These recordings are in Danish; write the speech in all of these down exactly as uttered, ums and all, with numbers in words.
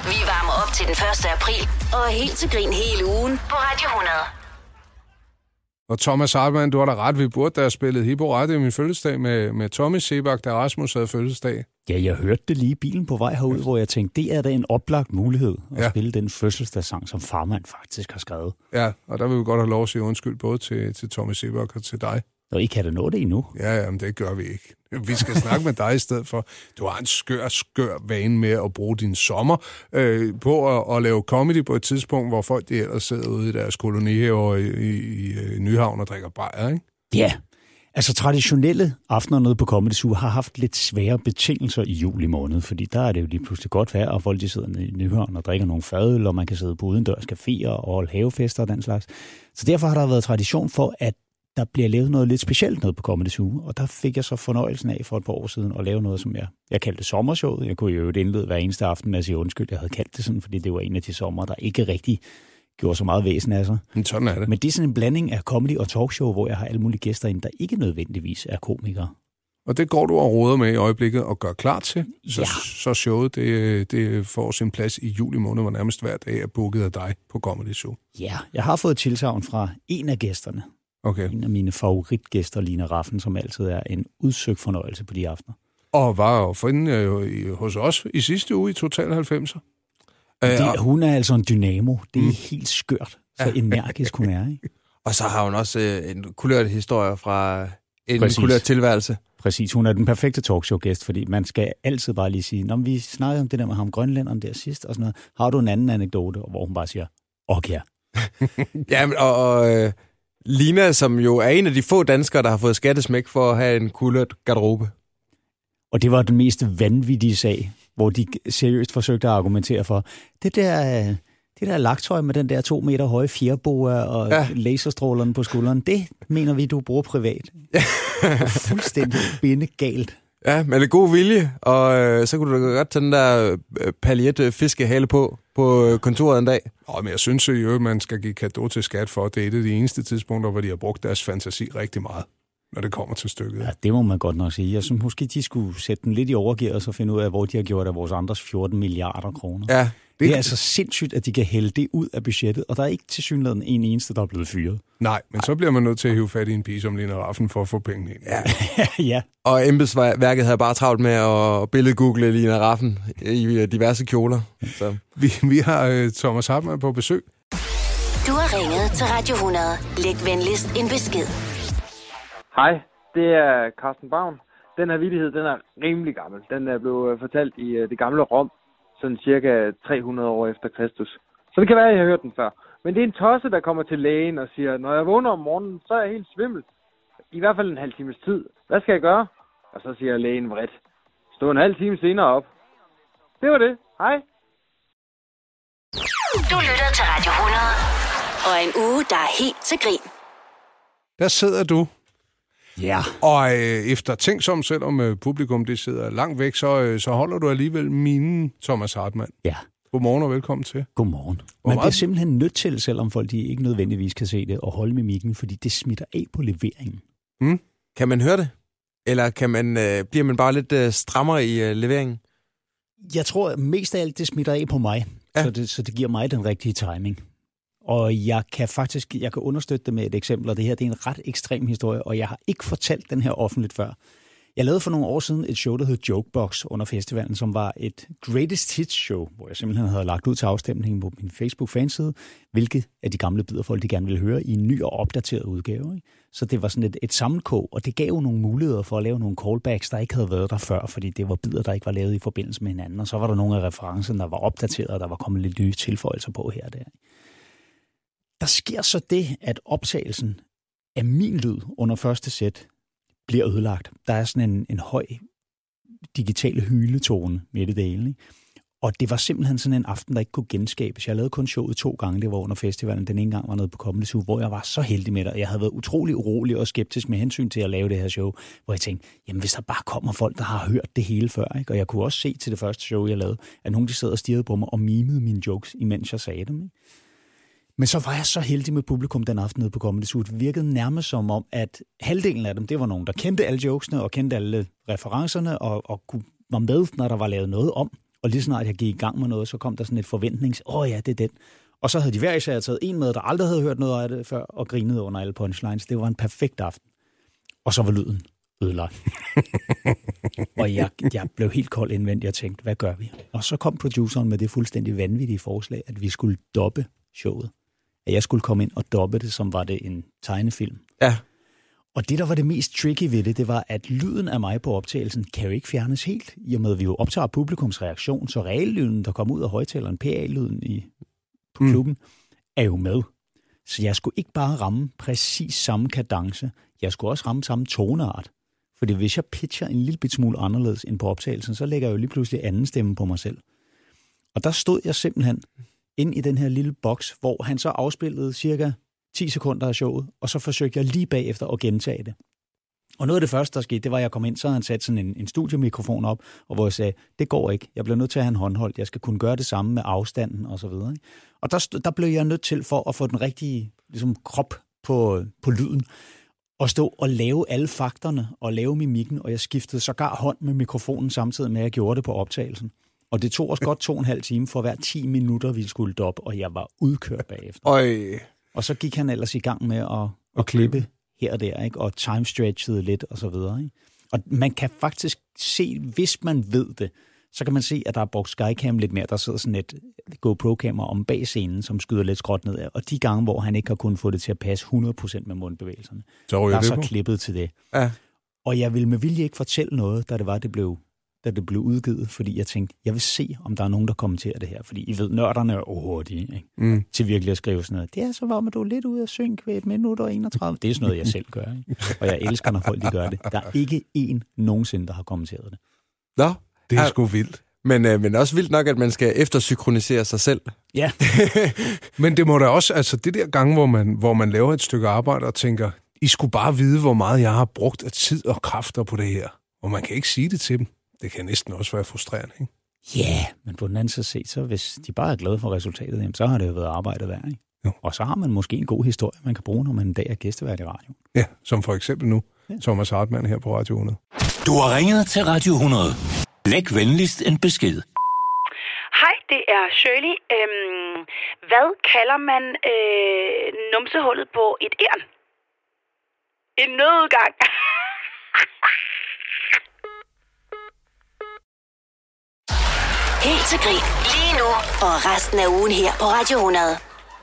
Vi varmer op til den første april og er helt til grin hele ugen på Radio hundrede. Og Thomas Hartmann, du har da ret, vi burde da have spillet Hippo Radio i min fødselsdag med, med Tommy Sebak, da Rasmus havde fødselsdag. Ja, jeg hørte det lige i bilen på vej herud, hvor jeg tænkte, det er da en oplagt mulighed at ja. spille den fødselsdagssang, som farmand faktisk har skrevet. Ja, og der vil vi godt have lov at sige undskyld både til, til Tommy Sebak og til dig. Og I kan da nå det endnu. Ja, ja, men det gør vi ikke. Vi skal snakke med dig i stedet for. Du har en skør, skør vane med at bruge din sommer øh, på at, at lave comedy på et tidspunkt, hvor folk de ellers sidder ude i deres kolonihaver i, i, i Nyhavn og drikker bajer, ikke? Ja, altså traditionelle aftener nede på Comedy Zoo har haft lidt svære betingelser i juli måned, fordi der er det jo lige pludselig godt vejr, og folk de sidder i Nyhavn og drikker nogle fadøl, og man kan sidde på udendørs caféer og holde havefester og den slags. Så derfor har der været tradition for, at der bliver lavet noget lidt specielt nede på Comedy Zoo, og der fik jeg så fornøjelsen af for et par år siden at lave noget, som jeg, jeg kaldte sommershowet. Jeg kunne jo indlede hver eneste aften med at sige undskyld, jeg havde kaldt det sådan, fordi det var en af de sommer, der ikke rigtig gjorde så meget væsen af sig. Men sådan er det. Men det er sådan en blanding af comedy og talkshow, hvor jeg har alle mulige gæster ind, der ikke nødvendigvis er komikere. Og det går du og roder med i øjeblikket og gør klar til. Så, ja. så showet, det, det får sin plads i juli måned, hvor nærmest hver dag er booket af dig på Comedy Zoo. Ja, jeg har fået tilsagn fra en af gæsterne. Okay. En af mine favoritgæster, Lina Raffen, som altid er en udsøgt fornøjelse på de aftener. Og var jo finde hos os i sidste uge i Total halvfemser. Det, hun er altså en dynamo. Det er mm. helt skørt, så energisk hun er. Ikke? Og så har hun også øh, en kulørt historie fra en Præcis. kulørt tilværelse. Præcis, hun er den perfekte talkshow-gæst, fordi man skal altid bare lige sige, når vi snakkede om det der med ham grønlænderen der sidst, og sådan noget. Har du en anden anekdote, hvor hun bare siger, okay. Ja, og, og øh, Lina, som jo er en af de få danskere, der har fået skattesmæk for at have en kulørt garderobe. Og det var den mest vanvittige sag, hvor de seriøst forsøgte at argumentere for, det der, det der lagtøj med den der to meter høje fjerboa og ja. laserstrålerne på skulderen, det mener vi, du bruger privat. Fuldstændig bindegalt. Ja, med lidt god vilje, og øh, så kunne du godt tage den der øh, paljet fiskehale på på øh, kontoret en dag. Oh, men jeg synes jo, at man skal give cadeau til skat for, det er et af de eneste tidspunkter, hvor de har brugt deres fantasi rigtig meget, når det kommer til stykket. Ja, det må man godt nok sige. Jeg synes måske, de skulle sætte den lidt i overgear, og så finde ud af, hvor de har gjort af vores andres fjorten milliarder kroner. Ja. Det er altså sindssygt, at de kan hælde det ud af budgettet, og der er ikke tilsyneladende en eneste, der er blevet fyret. Nej, men så bliver man nødt til at hive fat i en pige som Lina Raffen for at få penge ind. Ja. ja. Og embedsværket havde bare travlt med at billedgoogle Lina Raffen i diverse kjoler. Så. Vi, vi har uh, Thomas Hartmann på besøg. Du har ringet til Radio hundrede. Læg venligst en besked. Hej, det er Carsten Bavn. Den her vittighed, den er rimelig gammel. Den er blevet fortalt i det gamle Rom, sådan cirka tre hundrede år efter Kristus. Så det kan være, at jeg har hørt den før. Men det er en tosse, der kommer til lægen og siger, når jeg vågner om morgenen, så er jeg helt svimmel. I hvert fald en halv times tid. Hvad skal jeg gøre? Og så siger lægen vredt, stå en halv time senere op. Det var det. Hej. Du lytter til Radio hundrede, og en uge, der er helt til grin. Der sidder du. Ja. Og øh, efter tænksom, selvom øh, publikum det sidder langt væk, så, øh, så holder du alligevel minen, Thomas Hartmann. Ja. Godmorgen og velkommen til. Godmorgen. Man bliver simpelthen nødt til, selvom folk de ikke nødvendigvis kan se det, at holde mimikken, fordi det smitter af på leveringen. Mm. Kan man høre det? Eller kan man, øh, bliver man bare lidt øh, strammere i øh, leveringen? Jeg tror mest af alt, det smitter af på mig, ja. så, det, så det giver mig den rigtige timing. Og jeg kan faktisk jeg kan understøtte det med et eksempel, og det her det er en ret ekstrem historie, og jeg har ikke fortalt den her offentligt før. Jeg lavede for nogle år siden et show, der hed Jokebox under festivalen, som var et greatest hits show, hvor jeg simpelthen havde lagt ud til afstemningen på min Facebook-fanside, hvilket af de gamle bidder folk, de gerne ville høre i en ny og opdateret udgave. Ikke? Så det var sådan et, et sammenkog, og det gav jo nogle muligheder for at lave nogle callbacks, der ikke havde været der før, fordi det var bidder, der ikke var lavet i forbindelse med hinanden, og så var der nogle af referencerne, der var opdateret, og der var kommet lidt nye tilføjelser på her og der. Der sker så det, at optagelsen af min lyd under første sæt bliver ødelagt. Der er sådan en, en høj digital hyletone midt i det hele. Ikke? Og det var simpelthen sådan en aften, der ikke kunne genskabes. Jeg lavede kun showet to gange, det var under festivalen. Den ene gang var nede på Comedy Zoo, hvor jeg var så heldig med det. Jeg havde været utrolig urolig og skeptisk med hensyn til at lave det her show, hvor jeg tænkte, jamen hvis der bare kommer folk, der har hørt det hele før. Ikke? Og jeg kunne også se til det første show, jeg lavede, at nogen de sad og stirrede på mig og mimede mine jokes, imens jeg sagde dem. Ikke? Men så var jeg så heldig med publikum den aften nede på Comedy Zoo. Det virkede nærmest som om, at halvdelen af dem, det var nogen, der kendte alle jokesene og kendte alle referencerne og, og kunne, var med, når der var lavet noget om. Og lige snart jeg gik i gang med noget, så kom der sådan et forventnings, åh oh, ja, det er den. Og så havde de hver især taget en med, der aldrig havde hørt noget af det før, og grinede under alle punchlines. Det var en perfekt aften. Og så var lyden ødelagt. Og jeg, jeg blev helt kold indvendigt og tænkte, hvad gør vi? Og så kom produceren med det fuldstændig vanvittige forslag, at vi skulle dobbe showet. At jeg skulle komme ind og dobbe det, som var det en tegnefilm. Ja. Og det, der var det mest tricky ved det, det var, at lyden af mig på optagelsen kan jo ikke fjernes helt, i og med, at vi jo optager publikums reaktion, så reallyden, der kom ud af højtaleren, P A-lyden i, på klubben, mm. er jo med. Så jeg skulle ikke bare ramme præcis samme kadence, jeg skulle også ramme samme toneart. Fordi hvis jeg pitcher en lille bit smule anderledes end på optagelsen, så lægger jeg jo lige pludselig anden stemme på mig selv. Og der stod jeg simpelthen ind i den her lille boks, hvor han så afspillede cirka ti sekunder af showet, og så forsøgte jeg lige bagefter at gentage det. Og noget af det første, der skete, det var, at jeg kom ind, så havde han sat sådan en, en studiemikrofon op, og hvor jeg sagde, det går ikke, jeg bliver nødt til at have en håndholdt, jeg skal kunne gøre det samme med afstanden og så videre. Ikke? Og der, der blev jeg nødt til for at få den rigtige ligesom, krop på, på lyden, og stå og lave alle fakterne, og lave mimikken, og jeg skiftede sågar hånd med mikrofonen samtidig med, at jeg gjorde det på optagelsen. Og det tog os godt to og en halv time for hver ti minutter, vi skulle op, og jeg var udkørt bagefter. Øj. Og så gik han ellers i gang med at, at klippe her og der, ikke? Og time-stretchede lidt og så videre. Ikke? Og man kan faktisk se, hvis man ved det, så kan man se, at der er brugt Skycam lidt mere. Der sidder sådan et GoPro-kamera om bag scenen, som skyder lidt skråt nedad. Og de gange, hvor han ikke har kunnet få det til at passe hundrede procent med mundbevægelserne, så der er så klippet til det. Ja. Og jeg ville med vilje ikke fortælle noget, da det var, det blev, da det blev udgivet, fordi jeg tænkte, jeg vil se, om der er nogen, der kommenterer det her. Fordi I ved, nørderne er hurtige, ikke? Mm. Til virkelig at skrive sådan noget. Det er så, hvor man du er lidt ude af synk ved et minut og enogtredive. Det er sådan noget, jeg selv gør. Ikke? Og jeg elsker, når folk de gør det. Der er ikke én nogensinde, der har kommenteret det. Nå, det er sgu vildt. Men, øh, men også vildt nok, at man skal eftersynkronisere sig selv. Ja. Men det må da også, altså det der gang, hvor man, hvor man laver et stykke arbejde og tænker, I skulle bare vide, hvor meget jeg har brugt af tid og kræfter på det her. Og man kan ikke sige det til dem. Det kan næsten også være frustrerende, ikke? Ja, yeah, men på den anden side set, så hvis de bare er glade for resultatet, jamen, så har det jo været arbejdet værd, ikke? Jo. Og så har man måske en god historie, man kan bruge, når man en dag er gæstevært i radio. Ja, som for eksempel nu. Ja. Thomas Hartmann her på Radio hundrede. Du har ringet til Radio hundrede. Læg venligst en besked. Hej, det er Shirley. Øhm, hvad kalder man øh, numsehullet på et æren? En nødudgang. Helt til grin. Lige nu og resten af ugen her på Radio hundrede.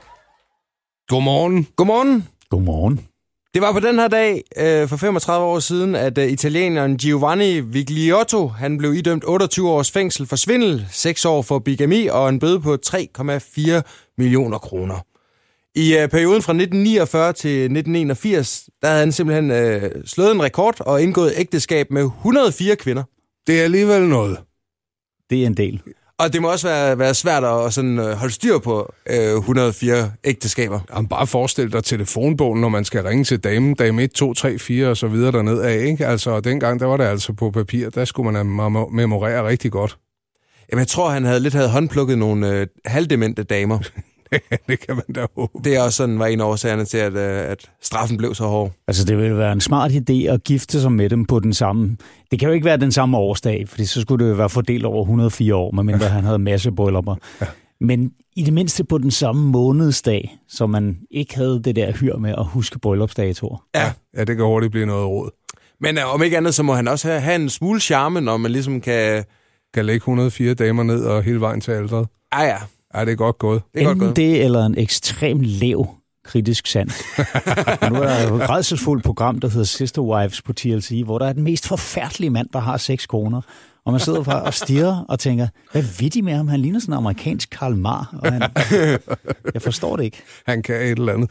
Godmorgen. Godmorgen. Godmorgen. Det var på den her dag øh, for femogtredive år siden, at øh, italieneren Giovanni Vigliotto, han blev idømt otteogtyve års fængsel for svindel, seks år for bigami og en bøde på tre komma fire millioner kroner. I øh, perioden fra nitten niogfyrre til nitten enogfirs, der havde han simpelthen øh, slået en rekord og indgået ægteskab med et hundrede og fire kvinder. Det er alligevel noget. Det er en del. Og det må også være, være svært at sådan, øh, holde styr på øh, et hundrede og fire ægteskaber. Jamen, bare forestil dig telefonbogen, når man skal ringe til damen, dame et, to, tre, fire og så videre derned af, ikke? Altså, dengang, der var det altså på papir, der skulle man memorere rigtig godt. Jamen, jeg tror, han havde lidt havde håndplukket nogle øh, halvdemente damer. Det kan man da håbe. Det er også sådan, var en af årsagerne til, at, at straffen blev så hård. Altså, det ville være en smart idé at gifte sig med dem på den samme... Det kan jo ikke være den samme årsdag, fordi så skulle det jo være fordelt over et hundrede og fire år, medmindre han havde masse bryllupper. Ja. Men i det mindste på den samme månedsdag, så man ikke havde det der hyr med at huske bryllupsdatoer. Ja, ja, det kan hurtigt blive noget råd. Men uh, om ikke andet, så må han også have, have en smule charme, når man ligesom kan... Kan lægge et hundrede og fire damer ned og hele vejen til alderet. Ah ja. Ja, det er godt gået. Det er Enten godt gået. Det, eller en ekstremt lav kritisk sans. Nu er der et rædselsfuldt program, der hedder Sister Wives på T L C, hvor der er den mest forfærdelige mand, der har seks koner. Og man sidder bare og stirrer og tænker, hvad ved de med ham? Han ligner sådan en amerikansk Karl Marr. Og han, jeg forstår det ikke. Han kan et eller andet.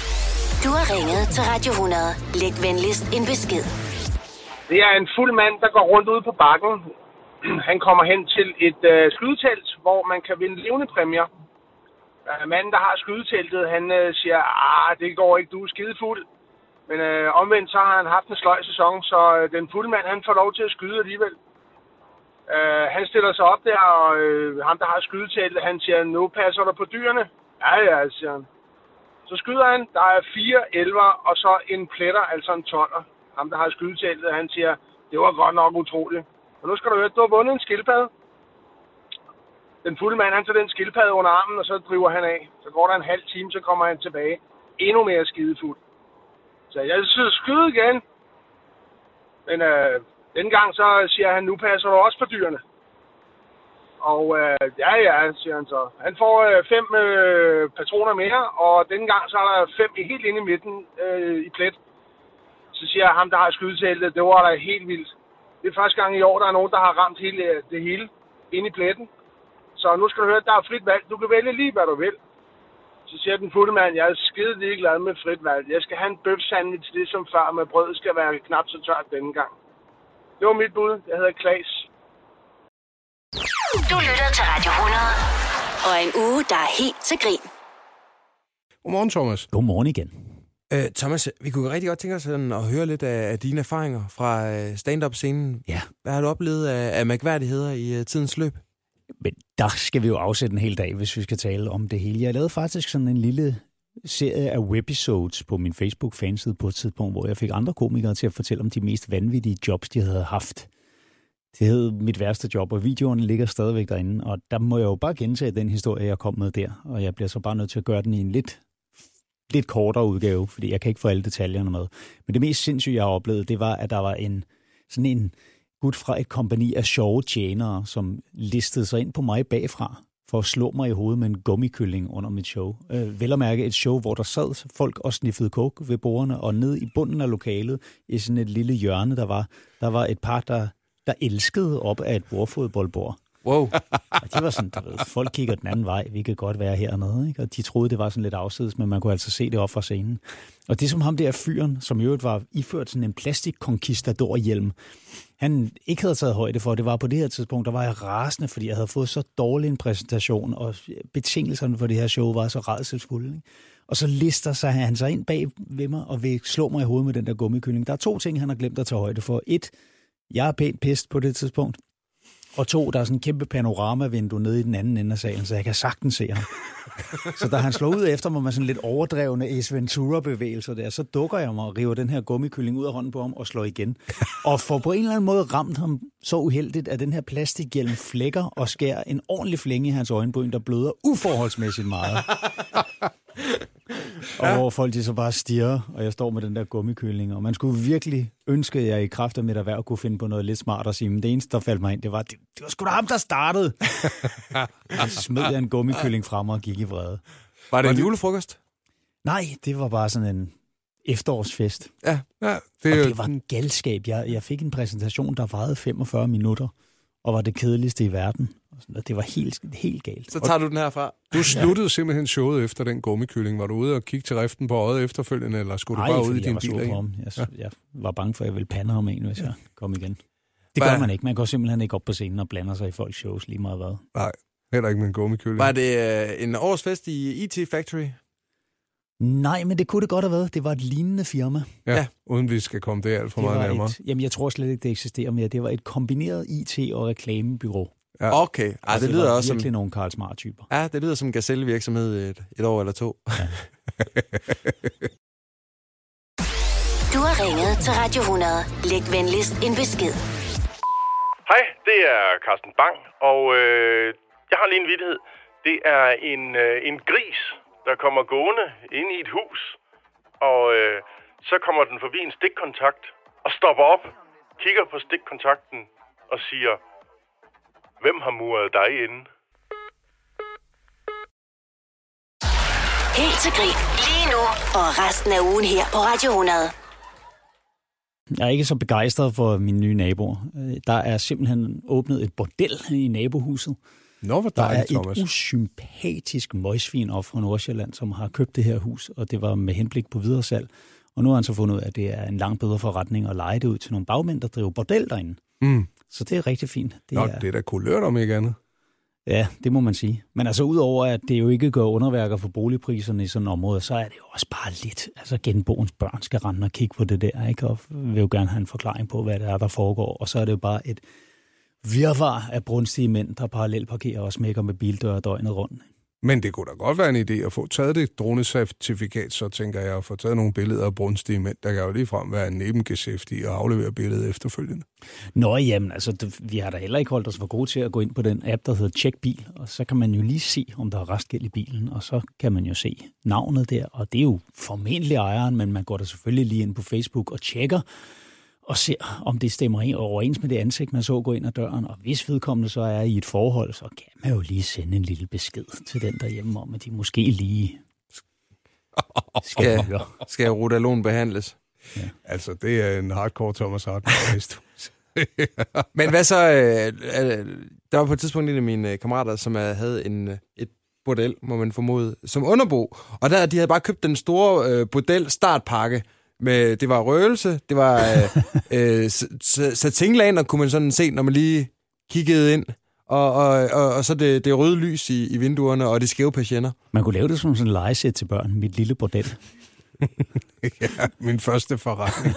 Du har ringet til Radio hundrede. Læg venligst en besked. Det er en fuld mand, der går rundt ude på bakken. Han kommer hen til et øh, skydetelt, hvor man kan vinde levende præmier. Øh, manden, der har skydeteltet, han øh, siger, ah, det går ikke, du er skidefuld. Men øh, omvendt, så har han haft en sløj sæson, så øh, den fulde mand, han får lov til at skyde alligevel. Øh, han stiller sig op der, og øh, ham, der har skydeteltet, han siger, nu passer der på dyrene. Ja, ja, siger han. Så skyder han, der er fire elver, og så en pletter, altså en toller. Ham, der har skydeteltet, han siger, det var godt nok utroligt. Og nu skal du høre, du har vundet en skildpadde. Den fulde mand, han tager den skildpadde under armen, og så driver han af. Så går der en halv time, så kommer han tilbage. Endnu mere skidefuld. Så jeg synes, skyde igen. Men øh, denne gang så siger han, nu passer du også på dyrene. Og øh, ja, ja, siger han så. Han får øh, fem øh, patroner mere, og denne gang så er der fem helt inde i midten øh, i plet. Så siger jeg, ham der har skydeteltet, det var da helt vildt. Det er første gang i år, der er nogen, der har ramt hele, det hele inde i pletten. Så nu skal du høre, der er frit valg. Du kan vælge lige, hvad du vil. Så siger den fulde mand, jeg er skide ligeglad med frit valg. Jeg skal have en bøf sandwich, det som før, med brød skal være knap så tørt denne gang. Det var mit bud. Jeg hedder Klaas. Du lytter til Radio hundrede, og en uge, der er helt til grin. Godmorgen, Thomas. Godmorgen igen. Øh, Thomas, vi kunne rigtig godt tænke os sådan at høre lidt af, af dine erfaringer fra stand-up-scenen. Ja. Hvad har du oplevet af, af mærkværdigheder i uh, tidens løb? Men der skal vi jo afsætte en hel dag, hvis vi skal tale om det hele. Jeg lavede faktisk sådan en lille serie af webisodes på min Facebook-fanside på et tidspunkt, hvor jeg fik andre komikere til at fortælle om de mest vanvittige jobs, de havde haft. Det hed Mit værste job, og videoerne ligger stadigvæk derinde, og der må jeg jo bare gentage den historie, jeg kom med der, og jeg bliver så bare nødt til at gøre den i en lidt, lidt kortere udgave, fordi jeg kan ikke få alle detaljerne med. Men det mest sindssyge, jeg har oplevet, det var, at der var en sådan en gut fra et kompagni af sjove tjenere, som listede sig ind på mig bagfra, for at slå mig i hovedet med en gummikylling under mit show. Øh, vel at mærke et show, hvor der sad folk og sniffede coke ved bordene, og ned i bunden af lokalet, i sådan et lille hjørne, der var, der var et par, der, der elskede op af et bordfodboldbord. Wow. Og de var sådan, du ved, folk kigger den anden vej, vi kan godt være hernede, ikke? Og de troede, det var sådan lidt afsides, men man kunne altså se det op fra scenen. Og det som ham der fyren, som i øvrigt var iført sådan en plastik-conquistador-hjelm, han ikke havde taget højde for, det var på det her tidspunkt, der var jeg rasende, fordi jeg havde fået så dårlig en præsentation, og betingelserne for det her show var så rædselsfulde, ikke? Og så lister sig han sig ind bag ved mig, og vil slå mig i hovedet med den der gummikylling. Der er to ting, han har glemt at tage højde for. Et, jeg er pænt pist på det tidspunkt. Og to, der er sådan en kæmpe panoramavindue nede i den anden ende af salen, så jeg kan sagtens se ham. Så da han slår ud efter mig med sådan lidt overdrevne Ace Ventura-bevægelser der, så dukker jeg mig og river den her gummikylling ud af hånden på ham og slår igen. Og får på en eller anden måde ramt ham så uheldigt, at den her plastikhjelm flækker og skærer en ordentlig flænge i hans øjenbryn, der bløder uforholdsmæssigt meget. Og hvor folk de så bare stirrer, og jeg står med den der gummikylling, og man skulle virkelig ønske, at jeg i kraft af mit erhverv kunne finde på noget lidt smart at sige, men det eneste, der faldt mig ind, det var, det, det var sgu da ham, der startede. Så smed jeg en gummikylling frem og gik i vrede. Var det en julefrokost? Nej, det var bare sådan en efterårsfest. Ja. Ja, det, og det var en galskab. Jeg, jeg fik en præsentation, der varede femogfyrre minutter, og var det kedeligste i verden. Det var helt, helt galt. Så tager du den herfra. Du sluttede ja. simpelthen showet efter den gummikylling. Var du ude og kigge til riften på øjet efterfølgende, eller skulle Ej, du bare ud i din bil? Jeg, jeg, ja. jeg var bange for, at jeg ville pande ham en, hvis ja. jeg kom igen. Det Hva? gør man ikke. Man går simpelthen ikke op på scenen og blander sig i folks shows lige meget hvad. Nej, heller ikke med en gummikylling. Var det øh, en årsfest i I T Factory? Nej, men det kunne det godt have været. Det var et lignende firma. Ja, ja. Uden vi skal komme der alt for det meget nærmere. Et, jamen, jeg tror slet ikke, det eksisterer mere. Det var et kombineret I T- og reklamebyrå. Ja. Okay, ah, altså, det lyder det også virkelig som nogle Karl Smart-typer. Ja, det lyder som en gazellevirksomhed et, et år eller to. Ja. Du har ringet til Radio hundrede. Læg venligst en besked. Hej, det er Carsten Bang, og øh, jeg har lige en vittighed. Det er en, øh, en gris, der kommer gående ind i et hus, og øh, så kommer den forbi en stikkontakt og stopper op, kigger på stikkontakten og siger, hvem har muret dig inde? Helt til grin lige nu og resten af ugen her på Radio hundrede. Jeg er ikke så begejstret for mine nye naboer. Der er simpelthen åbnet et bordel i nabohuset. Nå, hvor dejligt, der er et Thomas. usympatisk møgsvin op fra Nordsjælland, som har købt det her hus, og det var med henblik på videresalg. Og nu har han så fundet ud af, at det er en langt bedre forretning at leje det ud til nogle bagmænd, der driver bordel derinde. Mm. Så det er rigtig fint. Det Nå, er... det er da kulørt om ikke andet. Ja, det må man sige. Men altså udover, at det jo ikke gør underværker for boligpriserne i sådan et område, så er det jo også bare lidt. Altså genboens børn skal rende og kigge på det der, ikke? Og vil jo gerne have en forklaring på, hvad det er, der foregår. Og så er det jo bare et... virvar af brunstige mænd, der parallelt parkerer og smækker med bildøre døgnet rundt. Men det kunne da godt være en idé at få taget det dronecertifikat, så tænker jeg, at få taget nogle billeder af brunstige mænd, der kan jo ligefrem være en nebengeschæft i at aflevere billedet efterfølgende. Nå, jamen, altså, det, vi har da heller ikke holdt os for gode til at gå ind på den app, der hedder Check Bil, og så kan man jo lige se, om der er restgæld i bilen, og så kan man jo se navnet der, og det er jo formentlig ejeren, men man går da selvfølgelig lige ind på Facebook og tjekker, og ser, om det stemmer overens med det ansigt, man så gå ind ad døren. Og hvis vedkommende så er i et forhold, så kan man jo lige sende en lille besked til den derhjemme om, at de måske lige skal høre. Skal Rodalon behandles? Ja. Altså, det er en hardcore Thomas Hartmann. Men hvad så? Øh, der var på et tidspunkt en af mine kammerater, som havde en, et bordel, må man formode, som underbo. Og der, de havde bare købt den store øh, bordel startpakke. Med, det var røgelse, det var øh, øh, satinlaner, kunne man sådan se, når man lige kiggede ind, og, og, og, og så det, det røde lys i, i vinduerne, og de skæve patienter. Man kunne lave det som sådan en legesæt til børn, mit lille bordel. Ja, min første forretning.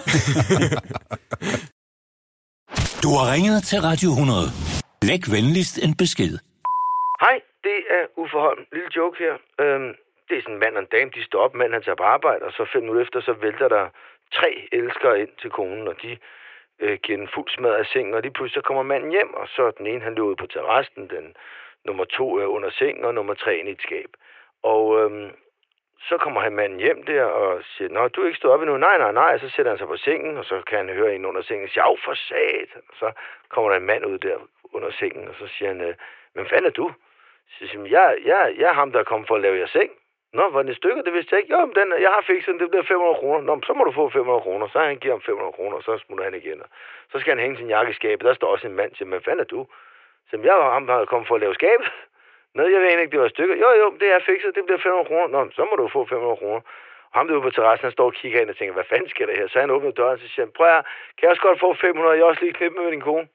Du har ringet til Radio hundrede. Læg venligst en besked. Hej, det er Uffe Holm. Lille joke her. Øhm Det er sådan en mand og en dame, de står op, manden han tager på arbejde, og så fem minutter efter, så vælter der tre elskere ind til konen, og de øh, giver den fuld smad af sengen, og lige pludselig så kommer manden hjem, og så den ene, han løber ud på terrassen, den nummer to er under sengen, og nummer tre ind i et skab. Og øhm, så kommer han manden hjem der, og siger, nå, du er ikke stået op endnu. Nej, nej, nej, og så sætter han sig på sengen, og så kan han høre en under sengen, siger, for satan, og så kommer der en mand ud der under sengen, og så siger han, men hvad er du? Så siger han, jeg, jeg, jeg er ham, der er kommet for at lave jer seng. Nå, var det et stykke? Det vidste jeg ikke. Jo, men den, jeg har fikset den, det bliver fem hundrede kroner. Nå, så må du få fem hundrede kroner. Så han giver ham fem hundrede kroner, og så smutter han igen. Så skal han hænge sin jakke i skabet. Der står også en mand, siger, men hvad er du? Så jeg var ham, der er kommet for at lave skabet. Nå, jeg ved ikke, det var et stykke. Jo, jo, det er fikset, det bliver fem hundrede kroner. Nå, så må du få fem hundrede kroner. Og ham der ude på terrassen, han står og kigger ind og tænker, hvad fanden sker der her? Så han åbner døren, og så siger han, prøv at kan jeg også godt få fem hundrede? Jeg også lige knippe med din kone.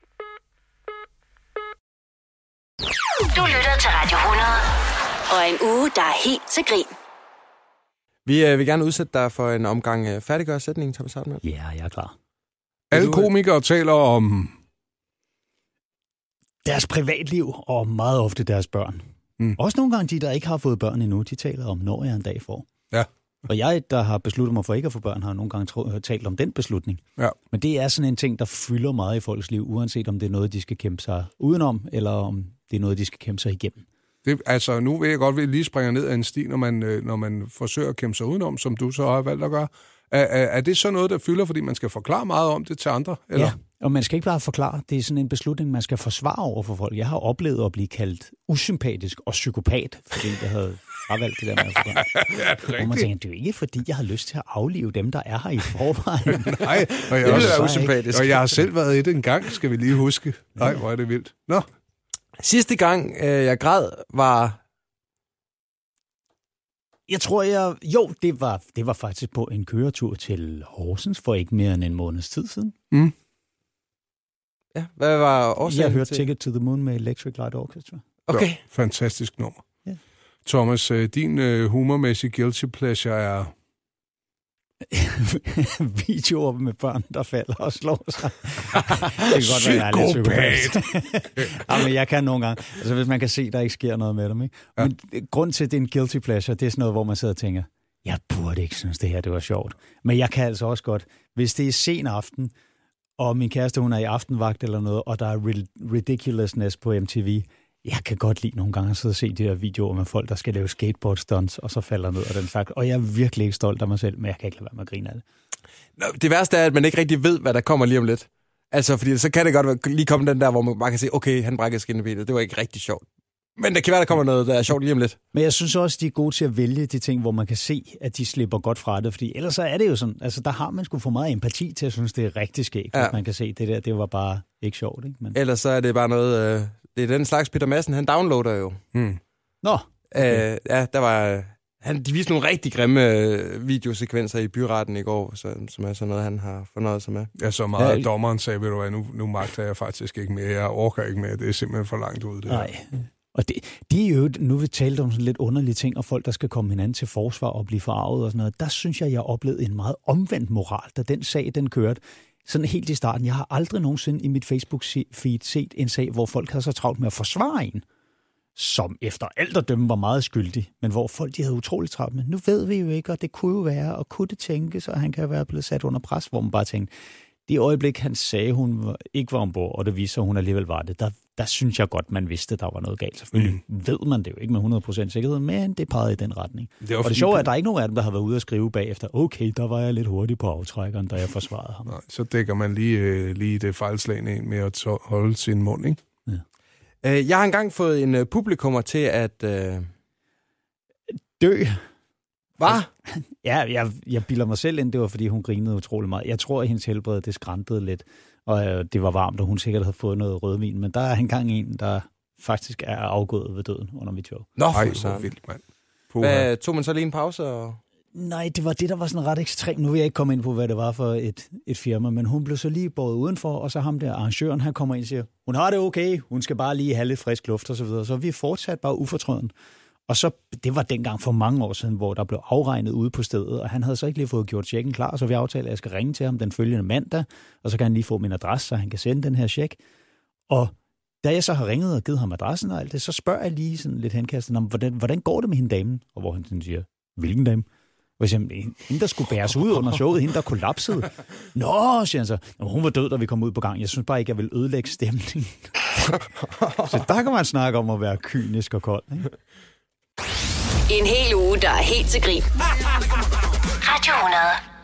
Du lytter til Radio hundrede, og en uge, der er helt til grin. Vi øh, vil gerne udsætte dig for en omgang øh, færdiggør sætningen, Thomas Hartmann. Ja, jeg er klar. Alle komikere taler om deres privatliv, og meget ofte deres børn. Mm. Også nogle gange de, der ikke har fået børn endnu, de taler om, når jeg en dag får. Ja. Og jeg, der har besluttet mig for ikke at få børn, har nogle gange tro- talt om den beslutning. Ja. Men det er sådan en ting, der fylder meget i folks liv, uanset om det er noget, de skal kæmpe sig udenom, eller om det er noget, de skal kæmpe sig igennem. Det, altså, nu vil jeg godt, at vi lige springer ned ad en sti, når man, når man forsøger at kæmpe sig udenom, som du så har valgt at gøre. Er, er, er det så noget, der fylder, fordi man skal forklare meget om det til andre? Eller? Ja, og man skal ikke bare forklare. Det er sådan en beslutning, man skal forsvare over for folk. Jeg har oplevet at blive kaldt usympatisk og psykopat, fordi jeg havde fravalgt det der med at forklare. Ja, det er rigtigt. Og man tænker, det er jo ikke, fordi jeg har lyst til at aflive dem, der er her i forvejen. Nej, og jeg, det også, er usympatisk. og jeg har selv været i det en gang, skal vi lige huske. Nej, hvor er det vildt. Nå. Sidste gang, øh, jeg græd, var... Jeg tror, jeg... Jo, det var, det var faktisk på en køretur til Horsens for ikke mere end en måneds tid siden. Mm. Ja, hvad var årsagen Jeg hørte til? Ticket to the Moon med Electric Light Orchestra. Okay. Jo, fantastisk nummer. Ja. Thomas, din humormæssige guilty pleasure er... Videoer med børn, der falder og slår sig. Det kan godt være, jeg er lidt psykopat. Ja, men jeg kan nogle gange. Altså, hvis man kan se, der ikke sker noget med dem. Ikke? Ja. Men grund til, at det er en guilty pleasure, det er sådan noget, hvor man sidder og tænker, jeg burde ikke synes, det her det var sjovt. Men jeg kan altså også godt, hvis det er sen aften, og min kæreste, hun er i aftenvagt eller noget, og der er ridiculousness på M T V, jeg kan godt lide nogle gange at sidde og se de der videoer med folk, der skal lave skateboard stunts, og så falder ned og den slags. Og jeg er virkelig ikke stolt af mig selv, men jeg kan ikke lade være med at grine af det. Nå, det værste er, at man ikke rigtig ved, hvad der kommer lige om lidt. Altså, fordi så kan det godt lige komme den der, hvor man bare kan sige, okay, han brækkede skinnebenet. Det var ikke rigtig sjovt. Men det kan være, der kommer noget, der er sjovt lige om lidt. Men jeg synes også, de er gode til at vælge de ting, hvor man kan se, at de slipper godt fra det. Fordi ellers så er det jo sådan, altså der har man sgu for meget empati til at synes, det er rigtig skægt. Ja. Hvis man kan se, det der, det var bare ikke sjovt. Ikke? Men... Ellers så er det bare noget... Øh, det er den slags Peter Madsen, han downloader jo. Hmm. Nå. Okay. Øh, ja, der var... Han, de viste nogle rigtig grimme øh, videosekvenser i byretten i går, så, som er sådan noget, han har fornøjet sig med. Ja, så meget ja, dommeren sagde, ved du hvad, nu, nu magter jeg faktisk ikke mere. Jeg orker ikke mere. Det er simpelthen for langt ud. Det Nej. Og det, det er jo, nu vi talte om sådan lidt underlige ting, og folk, der skal komme hinanden til forsvar og blive forarvet og sådan noget. Der synes jeg, jeg oplevede en meget omvendt moral, da den sag, den kørte. Sådan helt i starten. Jeg har aldrig nogensinde i mit Facebook-feed set en sag, hvor folk havde så travlt med at forsvare en. som efter alt at dømme var meget skyldig, men hvor folk de havde utroligt travlt med. Nu ved vi jo ikke, og det kunne jo være, og kunne det tænkes, og han kan være blevet sat under pres, hvor man bare tænkte, det øjeblik, han sagde, hun ikke var ombord, og det viser, at hun alligevel var det, der, der synes jeg godt, man vidste, at der var noget galt. Selvfølgelig mm. ved man det jo ikke med hundrede procent sikkerhed, men det pegede i den retning. Det og det sjove er, at der er ikke nogen af dem, der har været ude at skrive bagefter, okay, der var jeg lidt hurtig på aftrækkeren, da jeg forsvarede ham. Nej, så dækker man lige, øh, lige det fejlslagende ind med at holde sin mund, ikke? Ja. Jeg har engang fået en publikummer til at øh... dø. Hvad? Ja, jeg, jeg bilder mig selv ind, det var, fordi hun grinede utrolig meget. Jeg tror, at hendes helbred, det skrantede lidt, og øh, det var varmt, og hun sikkert havde fået noget rødvin. Men der er engang en, der faktisk er afgået ved døden under mit show. Nå, for så vildt, mand. Hvad, tog man så lige en pause? Og... Nej, det var det, der var sådan ret ekstremt. Nu vil jeg ikke komme ind på, hvad det var for et, et firma, men hun blev så lige båret udenfor, og så ham der arrangøren, han kommer ind og siger, hun har det okay, hun skal bare lige have lidt frisk luft og så videre. Så vi fortsat bare ufortrøden. Og så, det var dengang for mange år siden, hvor der blev afregnet ude på stedet, og han havde så ikke lige fået gjort checken klar, så vi aftalte, at jeg skal ringe til ham den følgende mandag, og så kan han lige få min adresse, så han kan sende den her check. Og da jeg så har ringet og givet ham adressen og alt det, så spørger jeg lige sådan lidt henkastet, hvordan, hvordan går det med hende damen? Og hvor han sådan siger, hvilken dame? Og jeg siger, hende der skulle bæres ud under showet, hende der kollapsede. Nå, siger han så, hun var død, da vi kom ud på gang. Jeg synes bare ikke, jeg vil ødelægge stemningen. Så der kan man snakke om at være kynisk og kold, ikke? En hel uge, der er helt til grin. Radio hundrede.